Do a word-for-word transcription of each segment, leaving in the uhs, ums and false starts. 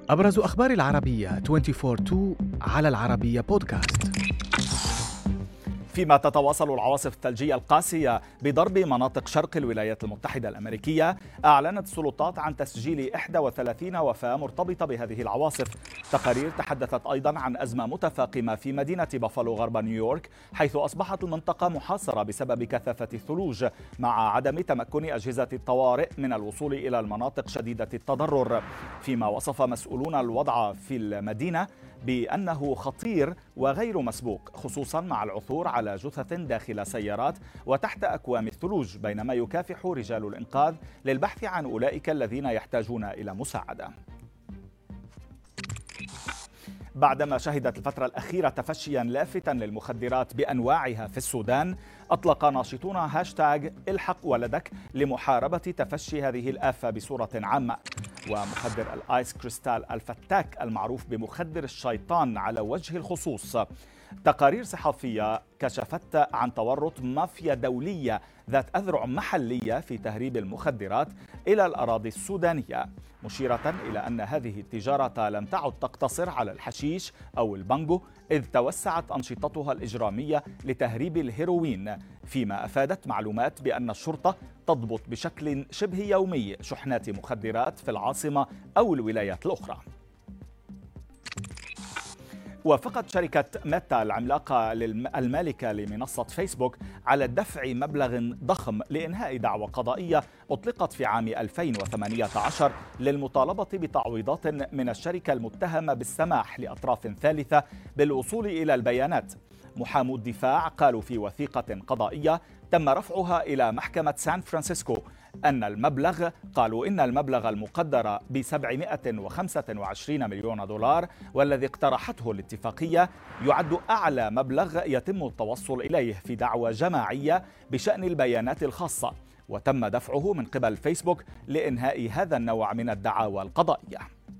أبرز أخبار العربية أربعة وعشرين اثنين على العربية بودكاست. فيما تتواصل العواصف الثلجية القاسية بضرب مناطق شرق الولايات المتحدة الأمريكية، أعلنت السلطات عن تسجيل إحدى وثلاثين وفاة مرتبطة بهذه العواصف. تقارير تحدثت أيضا عن أزمة متفاقمة في مدينة بافالو غرب نيويورك، حيث أصبحت المنطقة محاصرة بسبب كثافة الثلوج، مع عدم تمكن أجهزة الطوارئ من الوصول إلى المناطق شديدة التضرر. فيما وصف مسؤولون الوضع في المدينة بأنه خطير وغير مسبوق، خصوصا مع العثور على جثث داخل سيارات وتحت أكوام الثلوج، بينما يكافح رجال الإنقاذ للبحث عن أولئك الذين يحتاجون إلى مساعدة. بعدما شهدت الفترة الأخيرة تفشيا لافتا للمخدرات بأنواعها في السودان، أطلق ناشطون هاشتاغ الحق ولدك لمحاربة تفشي هذه الآفة بصورة عامة. ومخدر الآيس كريستال الفتاك المعروف بمخدر الشيطان على وجه الخصوص، تقارير صحفية كشفت عن تورط مافيا دولية ذات أذرع محلية في تهريب المخدرات إلى الأراضي السودانية، مشيرة إلى أن هذه التجارة لم تعد تقتصر على الحشيش أو البانجو، إذ توسعت أنشطتها الإجرامية لتهريب الهيروين، فيما أفادت معلومات بأن الشرطة تضبط بشكل شبه يومي شحنات مخدرات في العاصمة أو الولايات الأخرى. وافقت شركة ميتا العملاقة المالكة لمنصة فيسبوك على دفع مبلغ ضخم لإنهاء دعوى قضائية أطلقت في عام ألفين وثمانية عشر للمطالبة بتعويضات من الشركة المتهمة بالسماح لأطراف ثالثة بالوصول إلى البيانات. محامو الدفاع قالوا في وثيقة قضائية تم رفعها إلى محكمة سان فرانسيسكو أن المبلغ قالوا إن المبلغ المقدر ب سبعمائة وخمسة وعشرين مليون دولار، والذي اقترحته الاتفاقية يعد أعلى مبلغ يتم التوصل إليه في دعوى جماعية بشأن البيانات الخاصة، وتم دفعه من قبل فيسبوك لإنهاء هذا النوع من الدعاوى القضائية.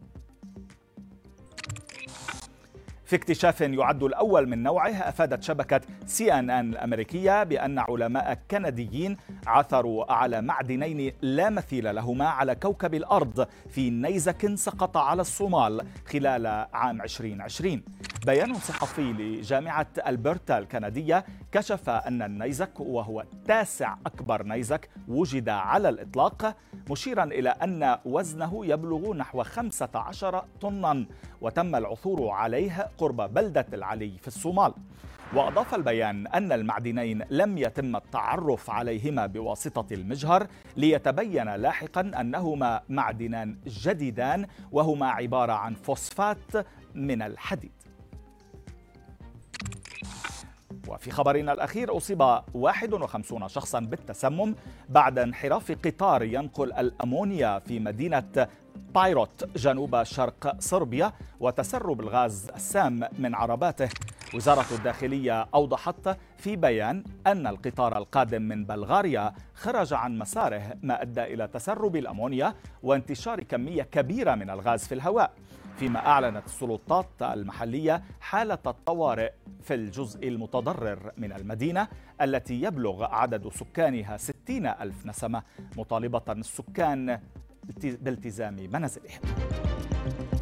في اكتشاف يعد الأول من نوعه، أفادت شبكة سي إن إن الأمريكية بأن علماء كنديين عثروا على معدنين لا مثيل لهما على كوكب الأرض في نيزك سقط على الصومال خلال عام ألفين وعشرين. بيان صحفي لجامعة ألبرتا الكندية كشف أن النيزك، وهو تاسع أكبر نيزك وجد على الإطلاق، مشيرا إلى أن وزنه يبلغ نحو خمسة عشر طنا، وتم العثور عليه قرب بلدة العلي في الصومال. وأضاف البيان أن المعدنين لم يتم التعرف عليهما بواسطة المجهر، ليتبين لاحقا أنهما معدنان جديدان، وهما عبارة عن فوسفات من الحديد. وفي خبرنا الأخير، أصيب واحد وخمسين شخصا بالتسمم بعد انحراف قطار ينقل الأمونيا في مدينة بايروت جنوب شرق صربيا وتسرب الغاز السام من عرباته. وزارة الداخلية أوضحت في بيان أن القطار القادم من بلغاريا خرج عن مساره، ما أدى إلى تسرب الأمونيا وانتشار كمية كبيرة من الغاز في الهواء. فيما أعلنت السلطات المحلية حالة الطوارئ في الجزء المتضرر من المدينة التي يبلغ عدد سكانها ستين ألف نسمة، مطالبة السكان بالتزام منازلهم.